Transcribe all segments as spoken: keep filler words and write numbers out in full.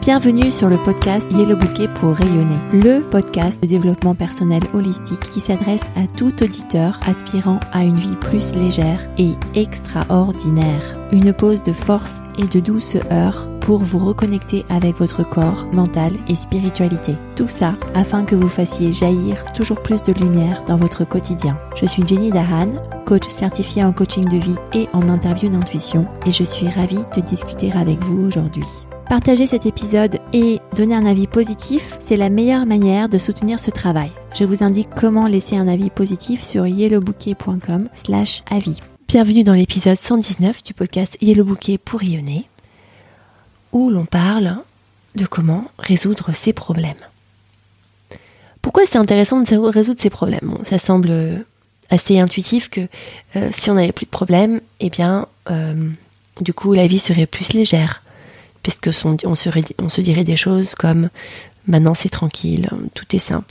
Bienvenue sur le podcast Yellow Bouquet pour rayonner, le podcast de développement personnel holistique qui s'adresse à tout auditeur aspirant à une vie plus légère et extraordinaire. Une pause de force et de douceur pour vous reconnecter avec votre corps, mental et spiritualité. Tout ça afin que vous fassiez jaillir toujours plus de lumière dans votre quotidien. Je suis Jenny Dahan, coach certifiée en coaching de vie et en interview d'intuition, et je suis ravie de discuter avec vous aujourd'hui. Partager cet épisode et donner un avis positif, c'est la meilleure manière de soutenir ce travail. Je vous indique comment laisser un avis positif sur yellowbouquet.com slash avis. Bienvenue dans l'épisode cent dix-neuf du podcast Yellow Bouquet pour rayonner, où l'on parle de comment résoudre ses problèmes. Pourquoi c'est intéressant de résoudre ses problèmes ? Bon, ça semble assez intuitif que euh, si on n'avait plus de problèmes, eh bien, euh, du coup, la vie serait plus légère. Puisque son, on, serait, on se dirait des choses comme « maintenant c'est tranquille, tout est simple ».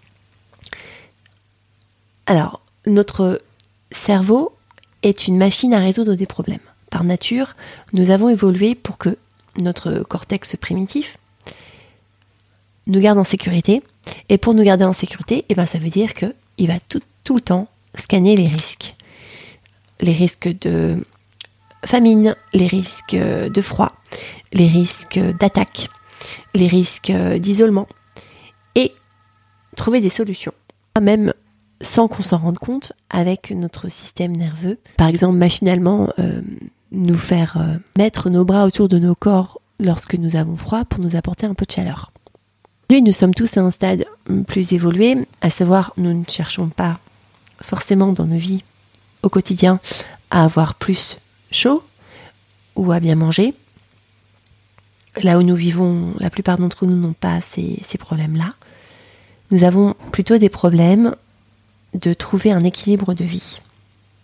Alors, notre cerveau est une machine à résoudre des problèmes. Par nature, nous avons évolué pour que notre cortex primitif nous garde en sécurité. Et pour nous garder en sécurité, eh ben, ça veut dire qu'il va tout, tout le temps scanner les risques. Les risques de famine, les risques de froid, les risques d'attaque, les risques d'isolement, et trouver des solutions. Même sans qu'on s'en rende compte, avec notre système nerveux. Par exemple, machinalement, euh, nous faire euh, mettre nos bras autour de nos corps lorsque nous avons froid pour nous apporter un peu de chaleur. Aujourd'hui, nous sommes tous à un stade plus évolué, à savoir, nous ne cherchons pas forcément dans nos vies au quotidien à avoir plus chaud ou à bien manger. Là où nous vivons, la plupart d'entre nous n'ont pas ces, ces problèmes-là. Nous avons plutôt des problèmes de trouver un équilibre de vie. Pourquoi ?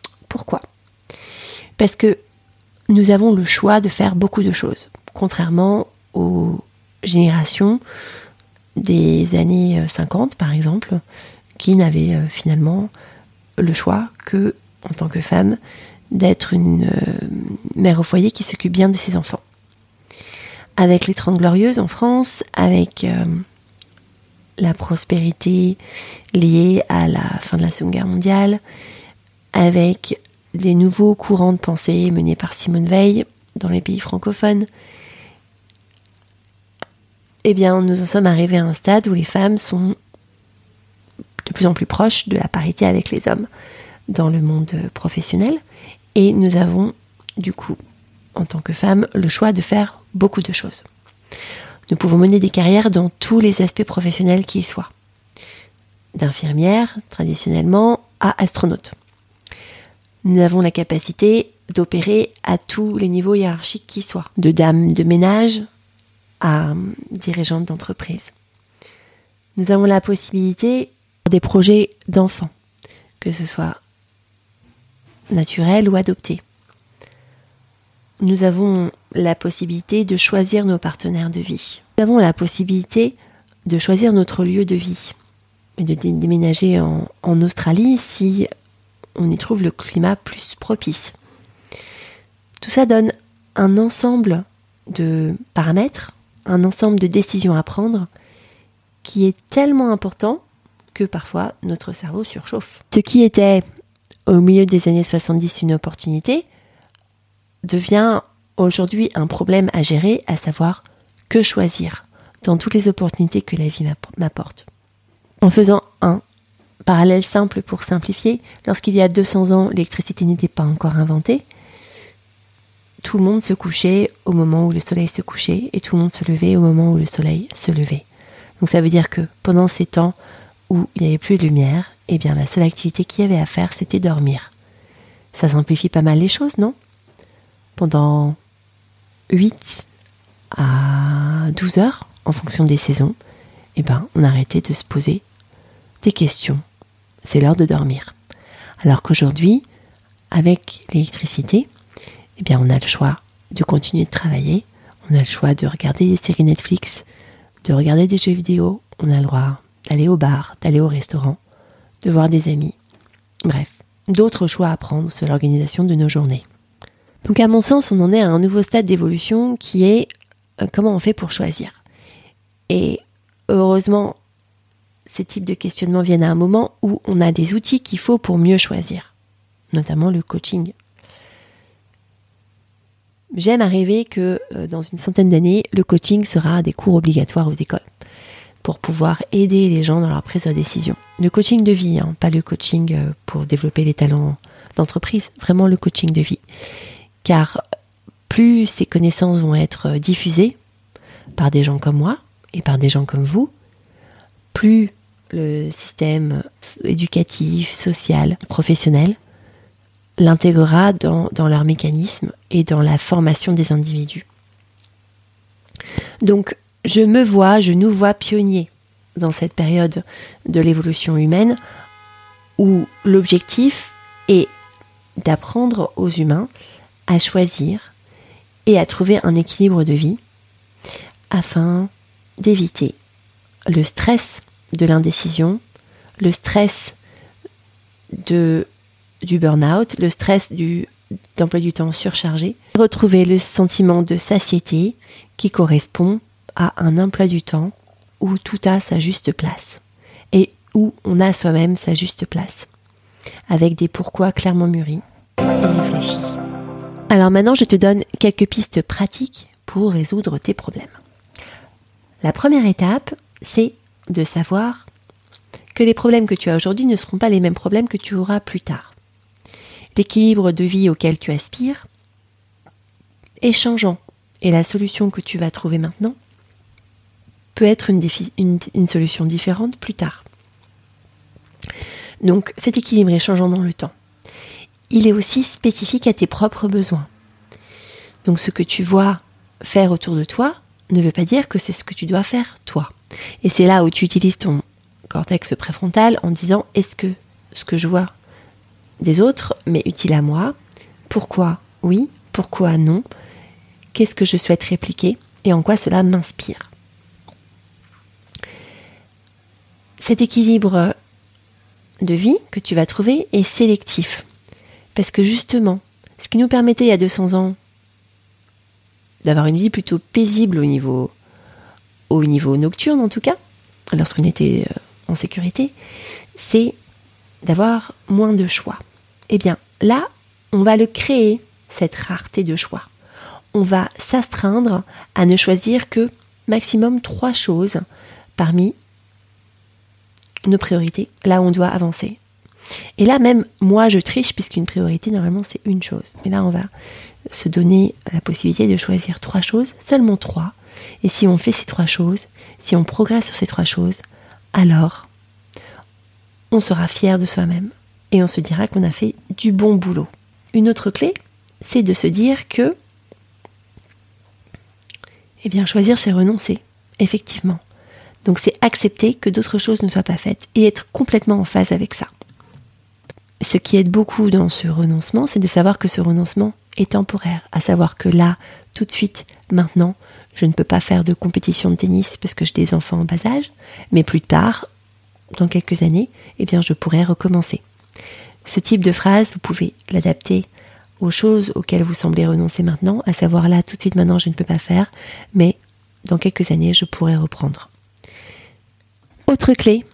Parce que nous avons le choix de faire beaucoup de choses, contrairement aux générations des années cinquante, par exemple, qui n'avaient euh, finalement le choix que, en tant que femme, d'être une euh, mère au foyer qui s'occupe bien de ses enfants. Avec les Trente Glorieuses en France, avec euh, la prospérité liée à la fin de la Seconde Guerre mondiale, avec des nouveaux courants de pensée menés par Simone Veil dans les pays francophones, eh bien, nous en sommes arrivés à un stade où les femmes sont de plus en plus proches de la parité avec les hommes dans le monde professionnel. Et nous avons, du coup, en tant que femmes, le choix de faire beaucoup de choses. Nous pouvons mener des carrières dans tous les aspects professionnels qu'ils soient. D'infirmière, traditionnellement, à astronaute. Nous avons la capacité d'opérer à tous les niveaux hiérarchiques qui soient. De dame de ménage à dirigeante d'entreprise. Nous avons la possibilité des projets d'enfants, que ce soit naturel ou adopté. Nous avons la possibilité de choisir nos partenaires de vie. Nous avons la possibilité de choisir notre lieu de vie et de déménager en, en Australie si on y trouve le climat plus propice. Tout ça donne un ensemble de paramètres, un ensemble de décisions à prendre qui est tellement important que parfois notre cerveau surchauffe. Ce qui était au milieu des années soixante-dix une opportunité devient aujourd'hui un problème à gérer, à savoir que choisir dans toutes les opportunités que la vie m'apporte. En faisant un parallèle simple pour simplifier, lorsqu'il y a deux cents ans, l'électricité n'était pas encore inventée, tout le monde se couchait au moment où le soleil se couchait et tout le monde se levait au moment où le soleil se levait. Donc ça veut dire que pendant ces temps où il n'y avait plus de lumière, eh bien la seule activité qu'il y avait à faire, c'était dormir. Ça simplifie pas mal les choses, non ? Pendant huit à douze heures, en fonction des saisons, eh ben, on arrêtait de se poser des questions. C'est l'heure de dormir. Alors qu'aujourd'hui, avec l'électricité, eh bien, on a le choix de continuer de travailler, on a le choix de regarder des séries Netflix, de regarder des jeux vidéo, on a le droit d'aller au bar, d'aller au restaurant, de voir des amis. Bref, d'autres choix à prendre sur l'organisation de nos journées. Donc à mon sens, on en est à un nouveau stade d'évolution qui est euh, comment on fait pour choisir. Et heureusement, ces types de questionnements viennent à un moment où on a des outils qu'il faut pour mieux choisir, notamment le coaching. J'aime à rêver que euh, dans une centaine d'années, le coaching sera des cours obligatoires aux écoles pour pouvoir aider les gens dans leur prise de décision. Le coaching de vie, hein, pas le coaching euh, pour développer les talents d'entreprise, vraiment le coaching de vie. Car plus ces connaissances vont être diffusées par des gens comme moi et par des gens comme vous, plus le système éducatif, social, professionnel l'intégrera dans, dans leur mécanisme et dans la formation des individus. Donc, je me vois, je nous vois pionniers dans cette période de l'évolution humaine où l'objectif est d'apprendre aux humains à choisir et à trouver un équilibre de vie afin d'éviter le stress de l'indécision, le stress de, du burn-out, le stress du, d'emploi du temps surchargé, retrouver le sentiment de satiété qui correspond à un emploi du temps où tout a sa juste place et où on a soi-même sa juste place, avec des pourquoi clairement mûris et réfléchis. Alors maintenant, je te donne quelques pistes pratiques pour résoudre tes problèmes. La première étape, c'est de savoir que les problèmes que tu as aujourd'hui ne seront pas les mêmes problèmes que tu auras plus tard. L'équilibre de vie auquel tu aspires est changeant et la solution que tu vas trouver maintenant peut être une, défi- une, une solution différente plus tard. Donc cet équilibre est changeant dans le temps. Il est aussi spécifique à tes propres besoins. Donc ce que tu vois faire autour de toi ne veut pas dire que c'est ce que tu dois faire toi. Et c'est là où tu utilises ton cortex préfrontal en disant est-ce que ce que je vois des autres m'est utile à moi ? Pourquoi oui ? Pourquoi non ? Qu'est-ce que je souhaite répliquer ? Et en quoi cela m'inspire ? Cet équilibre de vie que tu vas trouver est sélectif. Parce que justement, ce qui nous permettait il y a deux cents ans d'avoir une vie plutôt paisible au niveau, au niveau nocturne en tout cas, lorsqu'on était en sécurité, c'est d'avoir moins de choix. Eh bien, là, on va le créer, cette rareté de choix. On va s'astreindre à ne choisir que maximum trois choses parmi nos priorités, là où on doit avancer. Et là, même, moi, je triche, puisqu'une priorité, normalement, c'est une chose. Mais là, on va se donner la possibilité de choisir trois choses, seulement trois. Et si on fait ces trois choses, si on progresse sur ces trois choses, alors on sera fier de soi-même et on se dira qu'on a fait du bon boulot. Une autre clé, c'est de se dire que eh bien, choisir, c'est renoncer, effectivement. Donc c'est accepter que d'autres choses ne soient pas faites et être complètement en phase avec ça. Ce qui aide beaucoup dans ce renoncement, c'est de savoir que ce renoncement est temporaire, à savoir que là, tout de suite, maintenant, je ne peux pas faire de compétition de tennis parce que j'ai des enfants en bas âge, mais plus tard, dans quelques années, eh bien, je pourrai recommencer. Ce type de phrase, vous pouvez l'adapter aux choses auxquelles vous semblez renoncer maintenant, à savoir là, tout de suite, maintenant, je ne peux pas faire, mais dans quelques années, je pourrai reprendre. Autre clé,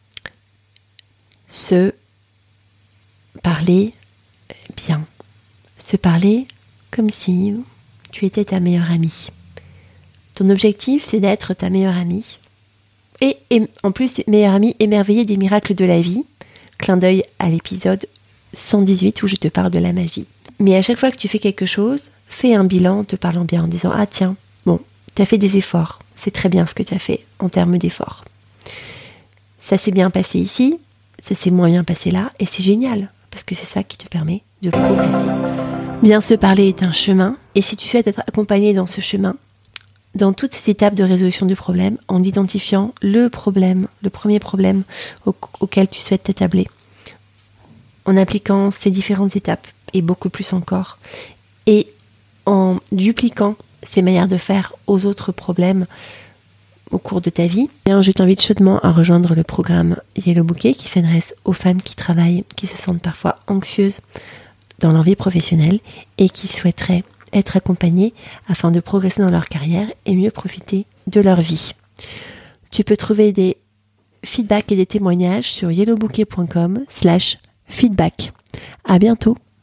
se parler bien. Se parler comme si tu étais ta meilleure amie. Ton objectif, c'est d'être ta meilleure amie. Et, et en plus, meilleure amie émerveillée des miracles de la vie. Clin d'œil à l'épisode cent dix-huit où je te parle de la magie. Mais à chaque fois que tu fais quelque chose, fais un bilan en te parlant bien, en disant « Ah tiens, bon, tu as fait des efforts. C'est très bien ce que tu as fait en termes d'efforts. Ça s'est bien passé ici, ça s'est moins bien passé là, et c'est génial, parce que c'est ça qui te permet de progresser. » Bien se parler est un chemin, et si tu souhaites être accompagné dans ce chemin, dans toutes ces étapes de résolution du problème, en identifiant le problème, le premier problème au, auquel tu souhaites t'attabler, en appliquant ces différentes étapes, et beaucoup plus encore, et en dupliquant ces manières de faire aux autres problèmes au cours de ta vie, bien, je t'invite chaudement à rejoindre le programme Yellow Bouquet qui s'adresse aux femmes qui travaillent, qui se sentent parfois anxieuses dans leur vie professionnelle et qui souhaiteraient être accompagnés afin de progresser dans leur carrière et mieux profiter de leur vie. Tu peux trouver des feedbacks et des témoignages sur yellowbouquet point com slash feedback. À bientôt.